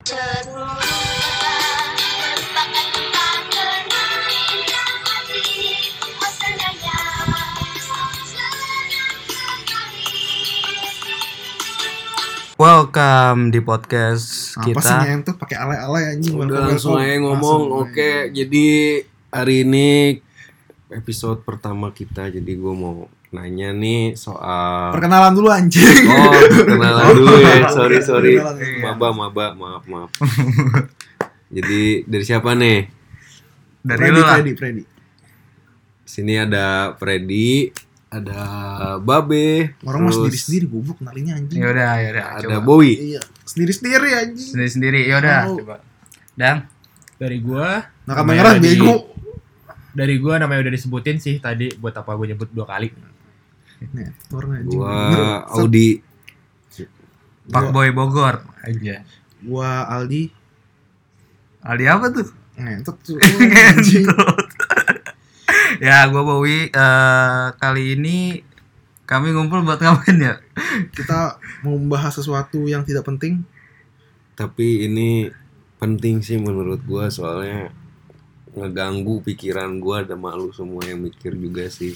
Welcome di podcast Apa kita. sih nyentuh pakai alay-alay anjing. Udah langsung aja ngomong. Oke, jadi hari ini episode pertama kita. Jadi gue mau nanya nih soal perkenalan dulu anjing. Oh, perkenalan dulu ya. Sorry. Perkenalan. Maaf. Jadi dari siapa nih? Dari lu lah. Freddy. Sini ada Freddy, ada Babe. Orang mah sendiri-sendiri goblok kenalinya anjing. Yaudah. Ada Bowie. Iya, sendiri-sendiri anjing. Sendiri. Yaudah. Oh. Coba. Dang. Dari gua Nah, kamera bego. Dari gua namanya udah disebutin sih tadi, buat apa gua nyebut 2 kali. Nih, orang anjing. Gua Audi. Pak Boy Bogor aja. Gua Aldi. Aldi apa tuh? Ngentot tuh anjing. Ya, gue Bowie. Kali ini kami ngumpul buat ngapain ya? Kita mau membahas sesuatu yang tidak penting. Tapi ini penting sih menurut gue, soalnya ngeganggu pikiran gue, ada malu semua yang mikir juga sih.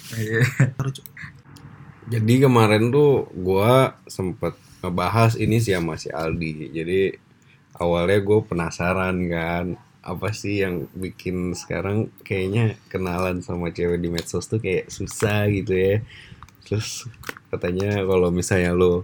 Jadi kemarin tuh gue sempet ngebahas ini sih sama si Aldi. Jadi awalnya gue penasaran kan, apa sih yang bikin sekarang kayaknya kenalan sama cewek di medsos tuh kayak susah gitu ya. Terus katanya kalau misalnya lo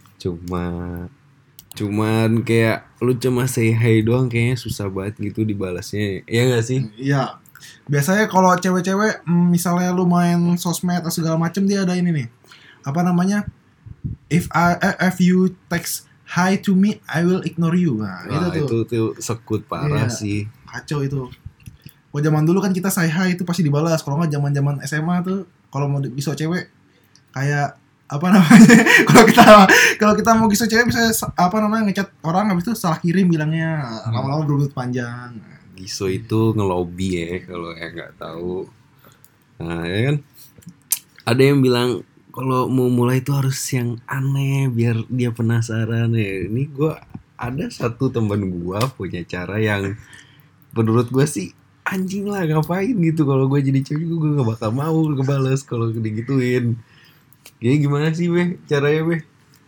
cuman kayak lu cuma say hi doang, kayaknya susah banget gitu dibalasnya. Iya gak sih? Iya. Biasanya kalau cewek-cewek misalnya lu main sosmed atau segala macem, dia ada ini nih. Apa namanya? If you text hi to me, I will ignore you. Nah, Wah, itu tuh sekut parah sih. Kacau itu. Kalau zaman dulu kan kita say hi itu pasti dibalas. Kalau nggak zaman SMA tuh, kalau mau giso cewek kayak apa namanya? kalau kita mau giso cewek bisa apa namanya, ngechat orang habis itu salah kirim bilangnya, lama-lama berbuntut panjang. Giso itu ngelobi ya, kalau yang nggak tahu. Nah, ya kan ada yang bilang kalau mau mulai itu harus yang aneh biar dia penasaran ya. Ini ada satu teman gue punya cara yang menurut gue sih anjing lah, ngapain gitu. Kalau gue jadi cewek gue gak bakal mau ngebales kalau digituin. Kayak gimana sih Beh caranya Beh?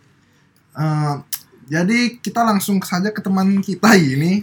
Jadi kita langsung saja ke teman kita ini.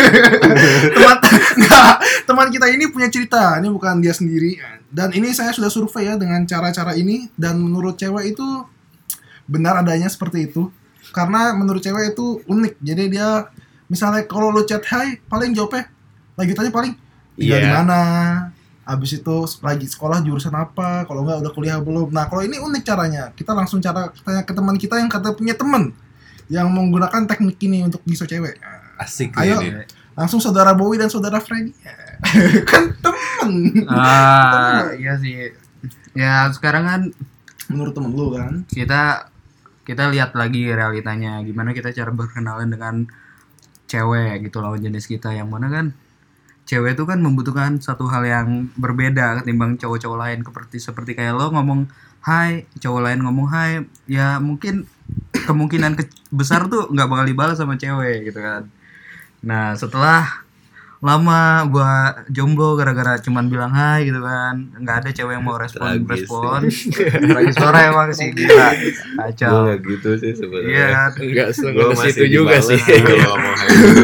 teman kita ini punya cerita. Ini bukan dia sendiri. Dan ini saya sudah survei ya dengan cara-cara ini. Dan menurut cewek itu benar adanya seperti itu. Karena menurut cewek itu unik. Jadi dia misalnya kalau lu chat hi, paling jawabnya lanjutannya paling tinggal di mana, habis itu lagi sekolah jurusan apa, kalau enggak udah kuliah belum. Nah kalau ini unik caranya. Kita langsung tanya ke teman kita yang kata punya teman yang menggunakan teknik ini untuk giso cewek. Asik. Ayo ini. langsung saudara Bowie dan saudara Freddy. Kan temen. Iya sih. Ya sekarang kan Menurut temen lu kan, kita lihat lagi realitanya, gimana kita cara berkenalan dengan cewek gitu, lawan jenis kita, yang mana kan cewek itu kan membutuhkan satu hal yang berbeda ketimbang cowok-cowok lain. Seperti kayak lo ngomong hai, cowok lain ngomong hai, ya mungkin kemungkinan besar tuh nggak bakal dibalas sama cewek gitu kan. Nah setelah lama gua jomblo gara-gara cuman bilang hai gitu kan, nggak ada cewek yang mau respon. Tragis parah emang sih, gila kacau. Gue gak gitu sih sebenarnya. Iya, Enggak gue situ juga sih. Kalau mau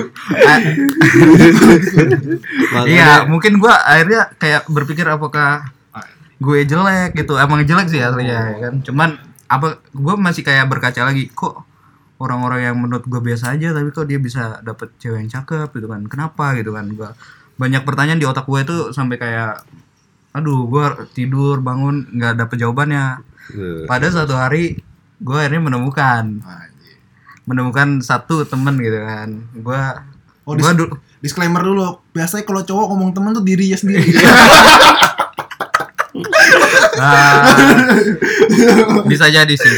iya, mungkin gue akhirnya kayak berpikir apakah gue jelek gitu. Emang jelek sih aslinya ya kan. Cuman apa, gue masih kayak berkaca lagi, kok orang-orang yang menurut gue biasa aja tapi kok dia bisa dapet cewek yang cakep gitu kan. Kenapa gitu kan. Gue banyak pertanyaan di otak gue itu sampai kayak aduh, gue tidur bangun nggak dapet jawabannya. Pada suatu hari gue akhirnya menemukan satu temen gitu kan. disclaimer dulu. Biasanya kalau cowok ngomong temen tuh dirinya sendiri. Bisa jadi sih.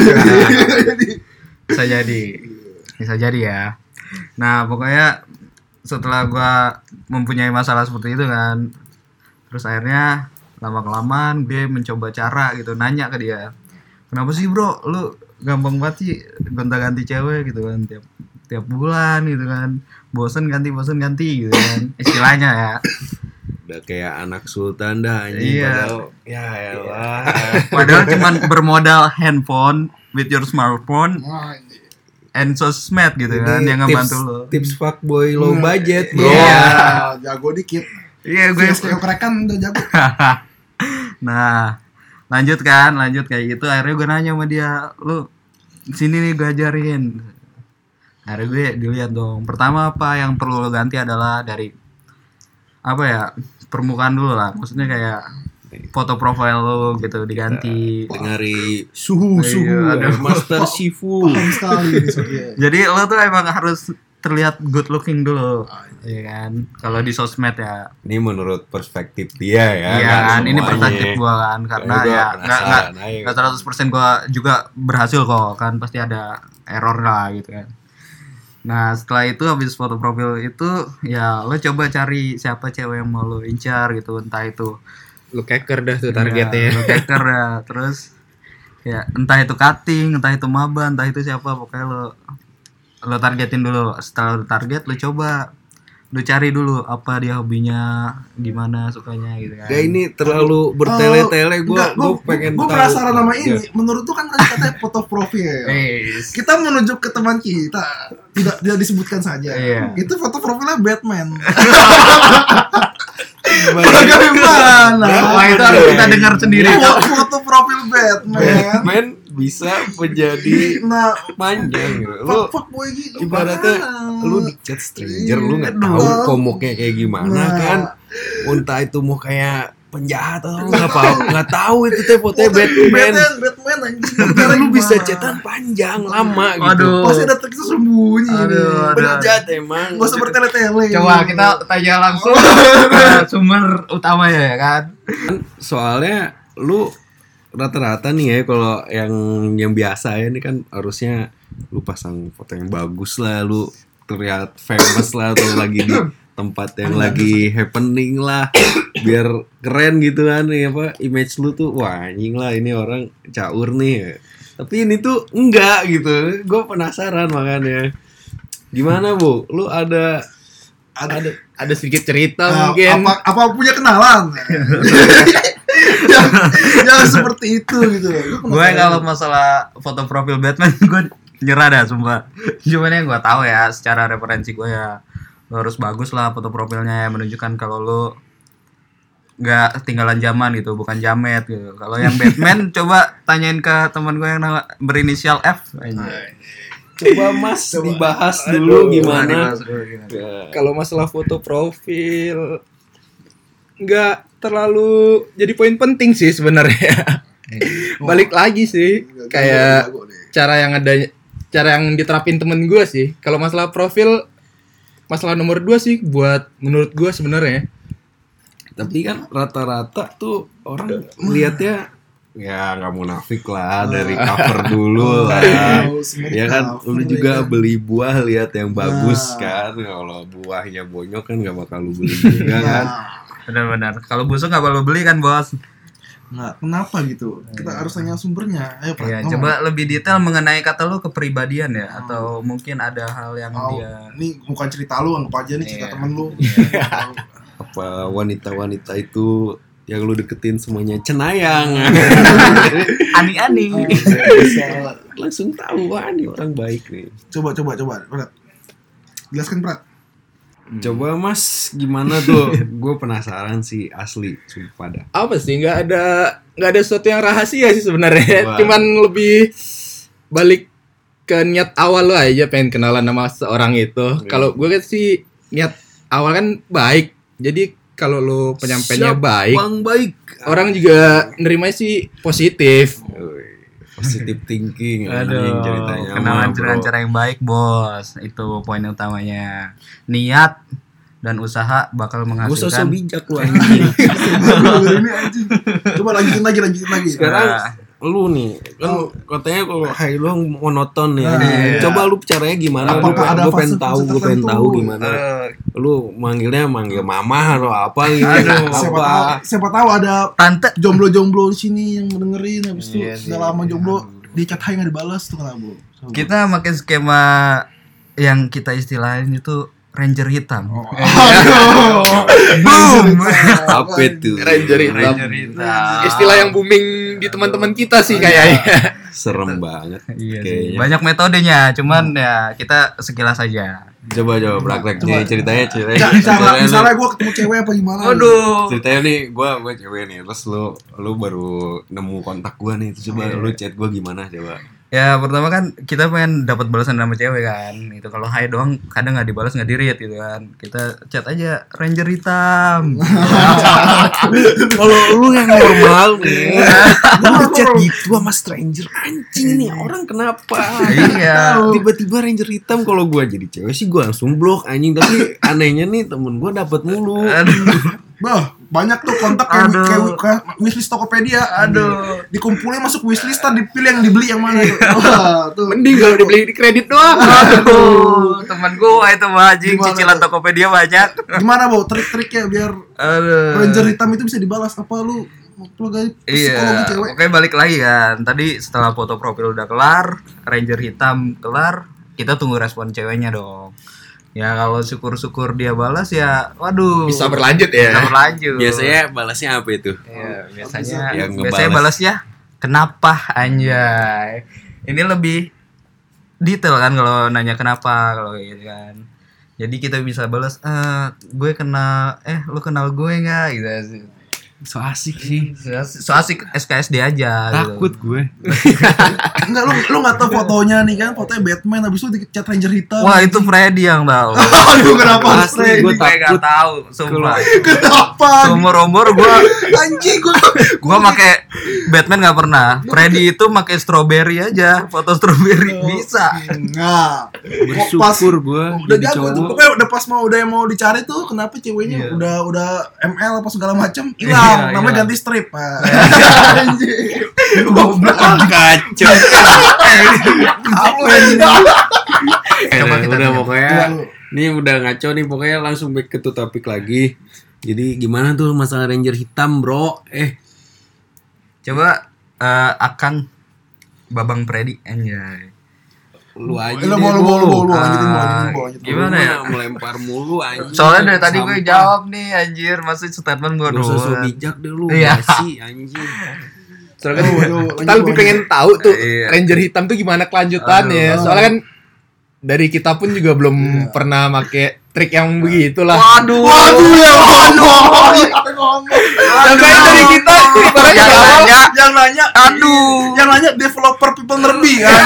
Bisa jadi ya. Nah pokoknya setelah gue mempunyai masalah seperti itu kan, terus akhirnya lama-kelamaan gue mencoba cara gitu, nanya ke dia, kenapa sih bro lu gampang banget sih gonta-ganti cewek gitu kan, tiap bulan gitu kan. Bosen ganti gitu kan. Istilahnya ya. Udah kayak anak sultan dah anjing. Iya. Padahal ya elah. Padahal cuman bermodal handphone with your smartphone Wah, and sosmed gitu Ini kan yang ngebantu lo. Tips fuckboy low budget, bro. Iya. jago dikit. Iya gue. Gue kerekan udah jago. Nah, lanjut kayak gitu. Akhirnya gue nanya sama dia, lu sini nih gue ajarin. Akhirnya gue dilihat dong. Pertama apa yang perlu lo ganti adalah dari apa ya, permukaan dulu lah. Maksudnya kayak foto profile lo gitu diganti. Dengari Suhu. Aduh. Master Shifu. Paham sekali ini Surya. Jadi lo tuh emang harus terlihat good looking dulu, ya kan? Kalau di sosmed ya, Ini menurut perspektif dia ya. iya nggak kan? Ini semuanya. perspektif gua kan, karena Gua ya penasaran aja. nggak 100% gua juga berhasil kok, kan pasti ada error lah gitu kan. Nah setelah itu habis foto profil itu, ya lo coba cari siapa cewek yang mau lo incar gitu, entah itu Lu keker dah tuh targetnya. lo keker ya, terus ya entah itu cutting, entah itu maba, entah itu siapa, pokoknya lo targetin dulu. Setelah lo target, lo coba lo cari dulu apa dia hobinya, gimana sukanya gitu kan. Gak ini terlalu bertele-tele. Gue pengen Gue tahu. penasaran sama Iya. ini. Menurut tuh kan tadi katanya foto profil. Kita menuju ke teman kita, tidak disebutkan saja. Iya. Itu foto profilnya Batman. Bagaimana? Wah itu harus kita dengar sendiri. Foto profil Batman. Batman bisa menjadi Nah, panjang gitu. Lu fuck boy gitu. ibaratnya lu di chat stranger, lu nggak tahu komuknya kayak gimana Nah. kan. Entah itu mau kayak penjahat atau nggak tahu itu teh fotonya Batman. Batman anjing. Tapi lu bisa chatan panjang lama gitu. Aduh. Pasti ada trik tersembunyi. Aduh. Berjat emang. Gak usah bertele-tele. Coba kita tanya langsung ke sumber utama ya kan. Soalnya lu rata-rata nih ya kalau yang biasa ya ini kan harusnya lu pasang foto yang bagus lah, lu terlihat famous lah atau lagi di tempat yang lagi happening lah biar keren gitu kan ya apa image lu tuh wah anjing lah ini orang caur nih. Tapi ini tuh enggak gitu. Gue penasaran makanya. Gimana, Bu? Lu ada Ada sedikit cerita Nah, mungkin. apa punya kenalan? Jangan seperti itu gitu. Gue kalau masalah foto profil Batman gue nyerah dah sumpah. Cuman yang gue tahu ya secara referensi gue ya lo harus bagus lah foto profilnya ya, menunjukkan kalau lo nggak ketinggalan zaman gitu, bukan jamet gitu. Kalau yang Batman coba tanyain ke teman gue yang berinisial F. coba Mas dibahas dulu gimana? Kalau masalah foto profil nggak terlalu jadi poin penting sih sebenarnya. Balik lagi sih kayak cara yang diterapin temen gue sih. Kalau masalah profil, masalah nomor 2 sih buat menurut gue sebenarnya. Tapi kan rata-rata tuh orang lihatnya ya nggak munafik lah dari cover dulu lah. Ya kan lu juga beli buah lihat yang bagus kan. Kalau buahnya bonyok kan nggak bakal lu beli juga kan. Benar-benar. Kalau busuk nggak perlu beli kan bos. Nah, kenapa gitu? Kita harus tanya sumbernya. Ayo, Pak. Ya, ngomong. coba lebih detail mengenai kata lu kepribadian ya, atau mungkin ada hal yang dia. Ini bukan cerita lu, anggap aja nih cerita Iya. temen lu. Apa wanita-wanita itu yang lu deketin semuanya cenayang. Ani-ani. Bisa langsung tahu wah ini orang baik nih. Coba, Prat. Jelaskan, Prat. Coba Mas gimana tuh? Gue penasaran sih asli sumpah dah. Apa sih nggak ada sesuatu yang rahasia sih sebenarnya. Wah. Cuman lebih balik ke niat awal lo aja pengen kenalan sama seorang itu. Kalau gue kan sih niat awal kan baik. Jadi kalau lo penyampaiannya baik, Bang baik. orang juga nerimanya sih positif. Positive thinking. anjing Aduh, ceritanya kenalan mah, dengan bro. cara yang baik bos, itu poin utamanya. Niat dan usaha bakal Gue sosok menghasilkan. bijak lu anjing. Ini anjing. Coba lanjutin lagi. Sekarang Nah. lu nih kan katanya kalau hai lu monoton nih. Nah, Nih, iya. coba lu caranya gimana? Apakah ada Gue pengen tahu, fase-fase gue pengen tertentu? tahu gimana. Lu manggil mama atau apa gitu. Siapa tahu ada Tante. jomblo-jomblo di sini yang mendengerin habis itu Iya sih. udah lama jomblo di chat hai nggak dibalas tuh kenapa, Bu? Kita makin skema yang kita istilahin itu Ranger hitam. Aduh. Boom. Apa itu? Ranger hitam. Ranger hitam. Istilah yang booming di teman-teman kita sih kayaknya. Serem banget. Iya sih. Kayaknya. Banyak metodenya, cuman ya kita sekilas aja. Coba praktek nih ceritanya. Misalnya gue ketemu cewek apa gimana? Aduh. Ceritanya nih gue cewek nih, terus lu baru nemu kontak gue nih, terus coba lu chat gue gimana coba? Ya pertama kan kita pengen dapat balasan sama cewek kan. Itu kalau hai doang kadang nggak dibalas, nggak di-read gitu kan. Kita chat aja Ranger hitam. Kalau lu yang normal nih, lu chat gitu sama stranger, anjing nih orang kenapa? Iya. Tiba-tiba Ranger hitam. Kalau gua jadi cewek sih gua langsung blok anjing, tapi anehnya nih temen gua dapat mulu. Bah, banyak tuh kontak kayak wishlist Tokopedia. Aduh. Dikumpulin masuk wishlist, dipilih yang dibeli yang mana tuh. Wah, tuh. Mending kalau dibeli di kredit doang. Aduh, teman gua itu mah anjing Gimana cicilan tuh? Tokopedia banyak. Gimana, Bo? Trik-triknya biar Aduh. Ranger hitam itu bisa dibalas apa lu? Psikologi Iya, cewek. oke balik lagi kan. Tadi setelah foto profil udah kelar, Ranger hitam kelar, kita tunggu respon ceweknya dong. Ya kalau syukur-syukur dia balas ya, waduh. Bisa berlanjut ya. Bisa berlanjut. Biasanya balasnya apa itu? Iya, biasanya Yang biasanya ngebales. balasnya kenapa anjay. Ini lebih detail kan kalau nanya kenapa kalau gitu kan. Jadi kita bisa balas gue kenal lu kenal gue enggak gitu sih. So asik sih. So asik SKSD aja Takut gitu. gue. Enggak, lu enggak tahu fotonya nih kan, fotonya Batman habis itu dicat Ranger hitam. Wah, itu Freddy yang tahu. Aduh, kenapa harus Asli, Freddy? gua Gue enggak takut. tahu, sumpah. Kenapa? Seumur-umur gue Anjing gue pakai Batman nggak pernah. Freddy itu pakai strawberry aja, foto strawberry bisa. enggak. Bersyukur gue Udah jadi jago tuh. cowok. Pokoknya udah pas mau dicari tuh kenapa ceweknya Iya. udah ML apa segala macam hilang. Iya, Namanya hilang. ganti strip. Anjing. Goblok. Kacau. Apa ini? Coba kita Udah lihat. pokoknya Iya. ini udah ngaco nih, pokoknya langsung back ke topik lagi. Jadi gimana tuh masalah Ranger hitam, bro? Coba akan Babang Freddy anjay. Lu aja Lu deh, mau Bo. lanjutin. Gimana ya? Lu melempar mulu anjing. Soalnya dari tadi gue Sampah. jawab nih anjir, masih statement gue Gak usah so doang. bijak deh lu. Iya. Basi anjing. Soalnya kan Aduh, kita lebih pengen tahu tuh Iya. Ranger hitam tuh gimana kelanjutannya. Aduh. Soalnya kan dari kita pun juga belum pernah make trik yang begitulah. Waduh. Ya ngomong. Dan kayak dari kita ibaratnya Yang awal, nanya, Yang nanya, aduh. yang nanya developer people nerbi kan.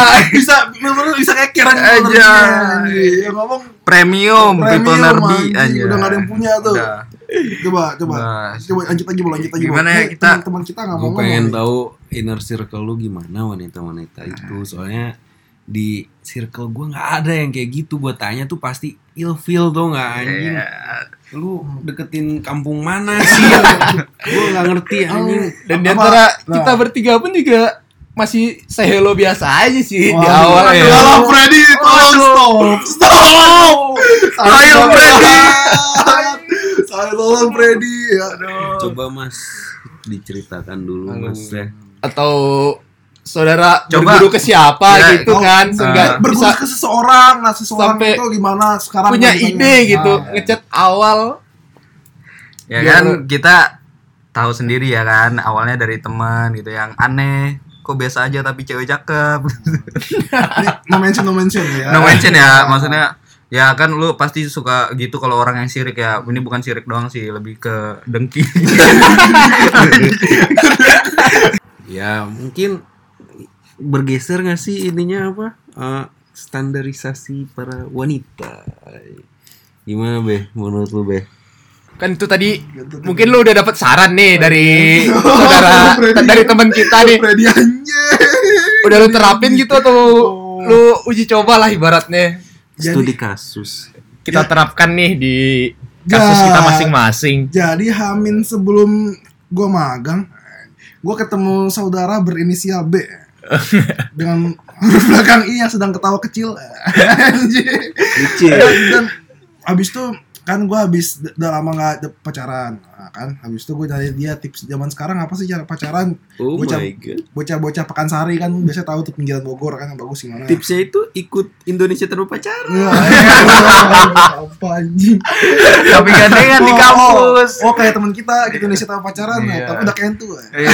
Bisa ngeker Aja. Yang ngomong Premium people nerbi anjing. aja. Udah gak ada yang punya tuh. Udah. Coba. Nah, Lanjut lagi, Bo. Gimana ya kita- teman kita enggak Gue mau pengen ngomong. tahu inner circle lu gimana wanita-wanita itu. Soalnya di circle gue nggak ada yang kayak gitu. Gue tanya tuh pasti ilfeel tuh nggak anjing. Iya. Lu deketin kampung mana sih? Gue nggak ngerti anjing. dan di Apa? antara Nah. kita bertiga pun juga masih say hello biasa aja sih di Waduh. awal ya. Alah, Freddy, tolong stop. Ayo, Freddy. Saya tolong Freddy. Ya. Coba mas diceritakan dulu mas ya. Atau saudara Coba. berguru ke siapa Ya, gitu kan sehingga Berguru bisa ke seseorang, nah seseorang sampai itu gimana sekarang punya misalnya. ide gitu Nah, ngechat awal. Ya Biar- kan kita tahu sendiri ya kan, awalnya dari teman gitu yang aneh, kok biasa aja tapi cewek cakep. ini no mention ya. No mention ya, maksudnya ya kan lu pasti suka gitu kalau orang yang sirik ya. Ini bukan sirik doang sih, lebih ke dengki. Ya mungkin bergeser nggak sih ininya apa? Standarisasi para wanita. Gimana be? Menurut lu be? Kan itu tadi mungkin lu udah dapat saran nih dari saudara dari teman kita nih. Freddy anjing. Udah lu terapin gitu atau lu uji coba lah ibaratnya. Studi kasus. Kita terapkan nih di kasus kita masing-masing. Jadi Hamin sebelum gua magang, gua ketemu saudara berinisial B dengan huruf belakang I yang sedang ketawa kecil. Anjing. Lucu. Dan abis itu kan gue habis udah lama nggak pacaran, nah, kan habis itu gue nyari dia tips zaman sekarang apa sih cara pacaran. Oh bocah, my god. bocah Pekansari kan biasanya tahu tuh pinggiran Bogor kan yang bagus gimana. Tipsnya itu ikut Indonesia Tanpa Pacaran. Ya, apa anjing. Tapi gandengan di kampus. Oh kayak teman kita gitu Indonesia Tanpa Pacaran, Iya. tapi udah kentu. Iya.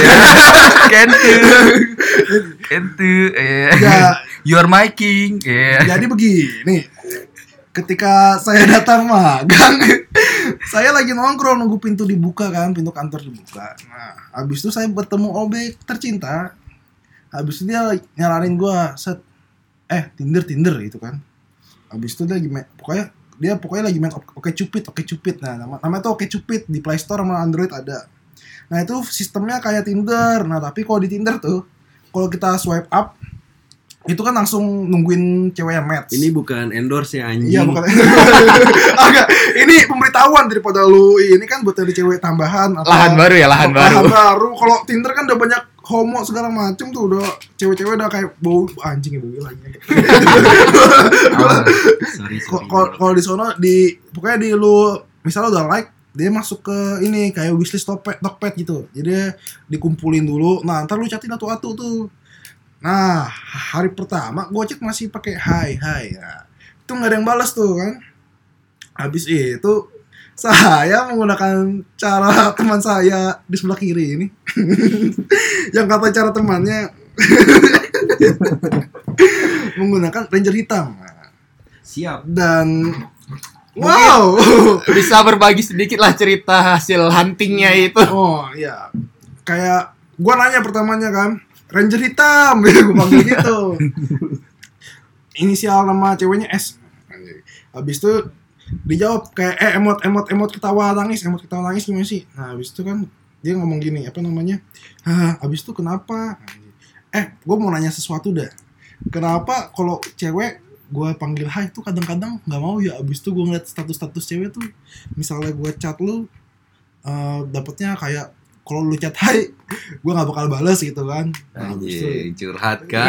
Kentu. Iya. Ya, You're my king. Iya. jadi begini. Ketika saya datang magang, saya lagi nongkrong nunggu pintu dibuka kan, pintu kantor dibuka. Nah, habis itu saya bertemu OB tercinta. Habis itu dia nyaranin gua Tinder gitu kan. Habis itu dia lagi pokoknya lagi main Oke Cupid. Nah, namanya tuh Oke Cupid di Play Store sama Android ada. Nah, itu sistemnya kayak Tinder. Nah, tapi kalau di Tinder tuh kalau kita swipe up itu kan langsung nungguin cewek yang match. Ini bukan endorse ya anjing. Iya bukan. Agak. Ini pemberitahuan daripada lu. Ini kan buat dari cewek tambahan. Lahan baru ya, lahan baru. Kalau Tinder kan udah banyak homo segala macem tuh, udah cewek-cewek udah kayak bau anjing ya bau lagi. Sorry. Kalau di sono pokoknya di lu misalnya udah like, dia masuk ke ini kayak wishlist Tokped gitu. Jadi dikumpulin dulu. Nah, ntar lu chatin atu-atu tuh. Nah, hari pertama gue chat masih pakai hai. Nah, itu nggak ada yang balas tuh kan. Habis itu saya menggunakan cara teman saya di sebelah kiri ini. Yang kata cara temannya menggunakan Ranger hitam. Siap. Dan wow, Bisa berbagi sedikit lah cerita hasil huntingnya itu. oh iya, kayak gue nanya pertamanya kan. Ranger hitam, gue panggil gitu. Inisial nama ceweknya S. Habis itu dijawab kayak emot ketawa nangis gimana sih? Nah, habis itu kan dia ngomong gini, apa namanya? Habis itu kenapa? Gue mau nanya sesuatu dah. Kenapa kalau cewek gue panggil hai tuh kadang-kadang nggak mau ya? Habis itu gue ngeliat status cewek tuh, misalnya gue chat lu, dapetnya kayak kalau lu chat hai, gue gak bakal balas gitu kan. Nah, Anjing, curhat kan.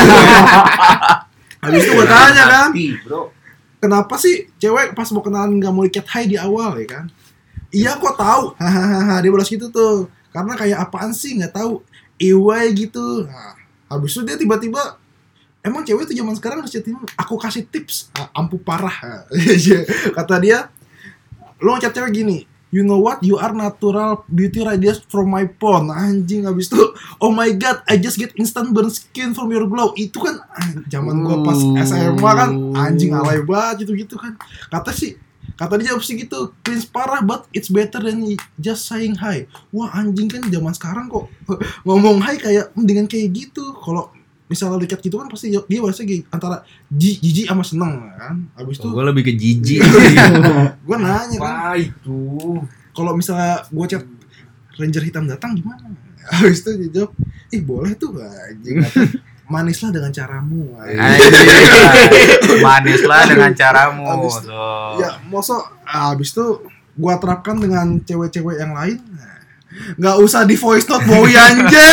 Habis itu gue tanya kan, Bro. kenapa sih cewek pas mau kenalan gak mau di chat hai di awal ya kan? Iya kok tahu, hahaha, dia balas gitu tuh. Karena kayak apaan sih gak tahu, iway gitu. Nah, habis itu dia tiba-tiba, emang cewek tuh zaman sekarang harus chatting, aku kasih tips, ampuh parah. Kata dia, lo chat cewek gini, you know what? You are natural beauty radiance from my phone. Anjing, habis itu oh my god, I just get instant burn skin from your glow. Itu kan zaman gua pas SMA kan anjing alay banget gitu kan. Kata dia jawab sih gitu, cringe parah but it's better than just saying hi. Wah anjing, kan zaman sekarang kok ngomong hi kayak mendingan kayak gitu. Kalau misalnya dekat gitu kan pasti dia bahasa antara jijik sama seneng kan. Habis itu Gue lebih ke jijik. gue nanya kan, Wah itu. kalau misalnya gue chat Ranger hitam datang gimana? Habis itu dia jawab, boleh tuh anjing. Manislah dengan caramu. Manislah dengan caramu. Habis itu, ya mosok habis itu gue terapkan dengan cewek-cewek yang lain. Nggak usah di voice note boy anjir.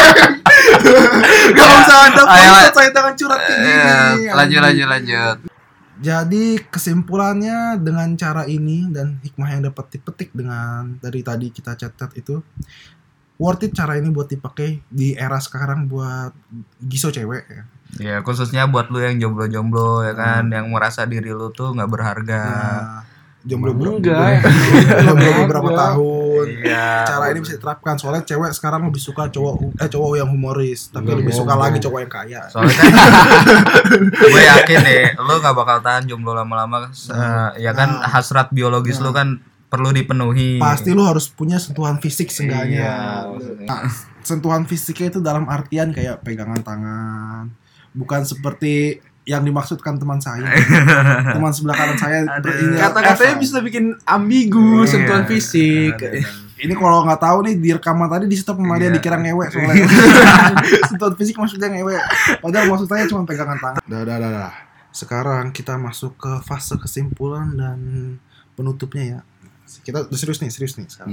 Nggak usah ada voice note, saya tangan curhat kayak gini. Lanjut. Jadi kesimpulannya dengan cara ini dan hikmah yang dapat dipetik dengan dari tadi kita catat itu, worth it cara ini buat dipakai di era sekarang buat giso cewek ya. Ya khususnya buat lu yang jomblo-jomblo ya kan, yang merasa diri lu tuh nggak berharga. Nah, jomblo Enggak. beberapa tahun. Iya. Cara ini bisa diterapkan soalnya cewek sekarang lebih suka cowok yang humoris, tapi lebih suka lagi cowok yang kaya. Soalnya kan gue yakin deh lu nggak bakal tahan jomblo lama-lama. Ya kan hasrat biologis lu kan perlu dipenuhi. Pasti lu harus punya sentuhan fisik seenggaknya. Iya. Nah, sentuhan fisiknya itu dalam artian kayak pegangan tangan, bukan seperti yang dimaksudkan teman saya. Teman sebelah kanan saya Kata-katanya bisa bikin ambigu, sentuhan fisik. Ini kalau nggak tahu nih di rekaman tadi di stop sama dia dikira ngewek soalnya. Sentuhan fisik maksudnya ngewek. Padahal maksud saya cuma pegangan tangan. Dah. Sekarang kita masuk ke fase kesimpulan dan penutupnya ya. Kita udah serius nih sekarang.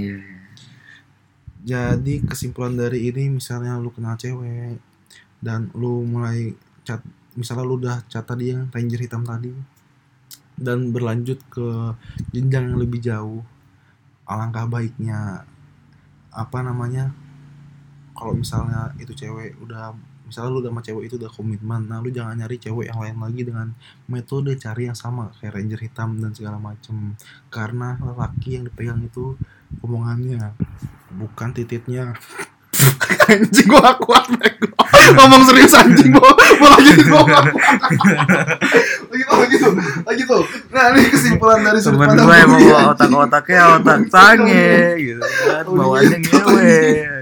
Jadi kesimpulan dari ini, misalnya lu kenal cewek dan lu mulai chat, misalnya lu udah chat tadi yang Ranger hitam tadi, dan berlanjut ke jenjang yang lebih jauh, alangkah baiknya apa namanya, kalau misalnya itu cewek udah, misalnya lu udah sama cewek itu udah komitmen, nah lu jangan nyari cewek yang lain lagi dengan metode cari yang sama kayak ranger hitam dan segala macem, karena lelaki yang dipegang itu omongannya, bukan tititnya. Anjing gua gak kuat ngomong serius anjing gua lagi tuh. Nah ini kesimpulan dari sudut Temen pandang gue emang gue. bawa otak-otaknya otak sange gitu kan, bawaannya ngewe.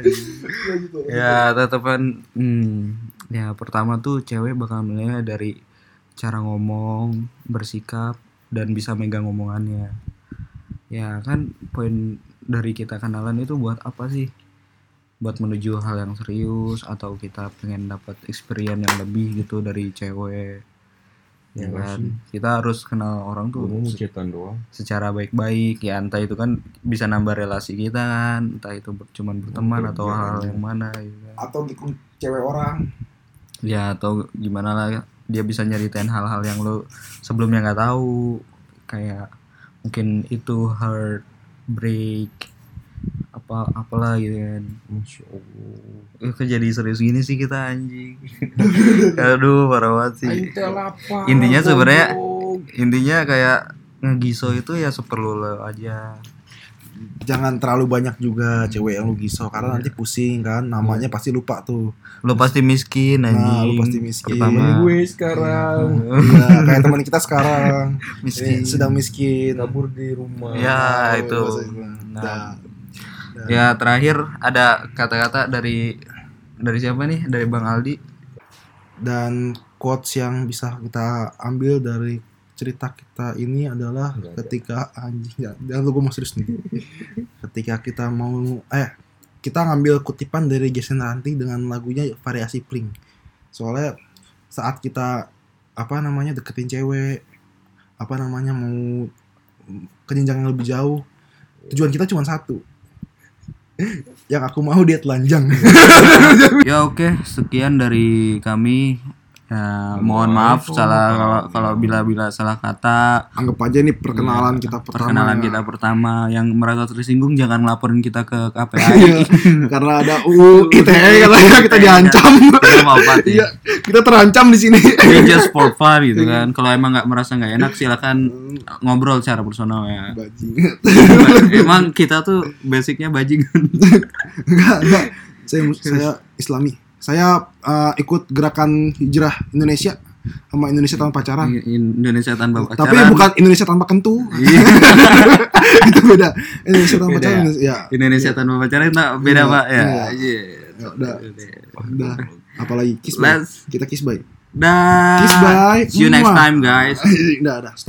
Ya tetepan, ya pertama tuh cewek bakal mulai dari cara ngomong, bersikap, dan bisa megang omongannya. Ya kan poin dari kita kenalan itu buat apa sih? Buat menuju hal yang serius atau kita pengen dapat experience yang lebih gitu dari cewek. Ya Enggak kan, sih. kita harus kenal orang tuh Gue mau cetan doang. secara baik-baik ya, entah itu kan bisa nambah relasi kita kan, entah itu cuman berteman atau hal yang mana gitu kan. Atau ngikut cewek orang. Ya atau gimana lah, dia bisa nyeritain hal-hal yang lo sebelumnya nggak tahu, kayak mungkin itu heartbreak apalah gitu kan. Masya Allah. Kok jadi serius gini sih kita anjing. Aduh parah banget sih. Intinya sebenarnya intinya kayak ngegiso itu ya seperlu lo aja. Jangan terlalu banyak juga cewek yang lu gisau karena nanti pusing kan, namanya pasti lupa tuh. Lo pasti miskin anjing. Nah, lu pasti miskin. Pertama. Gue sekarang Iya, kayak teman kita sekarang Miskin. sedang miskin. kabur di rumah. Ya itu. Nah, ya terakhir ada kata-kata dari siapa nih? Dari Bang Aldi. Dan quotes yang bisa kita ambil dari cerita kita ini adalah Nggak ada. ketika anjing ya, jangan lu gue mau serius nih. Ketika kita mau kita ngambil kutipan dari Jason Ranti dengan lagunya Variasi Pling. Soalnya saat kita deketin cewek, mau ke jenjang yang lebih jauh, tujuan kita cuma satu. Yang aku mau dia telanjang. Ya oke, sekian dari kami. Ya, mohon maaf salah kalau bila salah kata. Anggap aja ini perkenalan kita pertama. Perkenalan ya. kita pertama, yang merasa tersinggung jangan laporin kita ke Iya, KPI. karena ada UU ITE katanya kita diancam. Kita mau apa sih? Iya, kita terancam di sini. We just for fun gitu kan. Kalau emang nggak merasa nggak enak silakan ngobrol secara personal ya. Bajingan. Emang kita tuh basicnya bajingan. Enggak. Saya Islami. Saya ikut gerakan hijrah Indonesia sama Indonesia tanpa pacaran. Indonesia tanpa pacaran. Tapi bukan Indonesia tanpa kentu. Iya. Itu beda. Indonesia tanpa Beda pacaran. ya? Ya. Indonesia tanpa pacaran itu beda Iya, Pak ya. iya. Iya. Ya, udah. Apalagi kiss bye. Let's- Kita kiss bye. Dah. Kiss bye. See you next Mwah. time guys. Udah.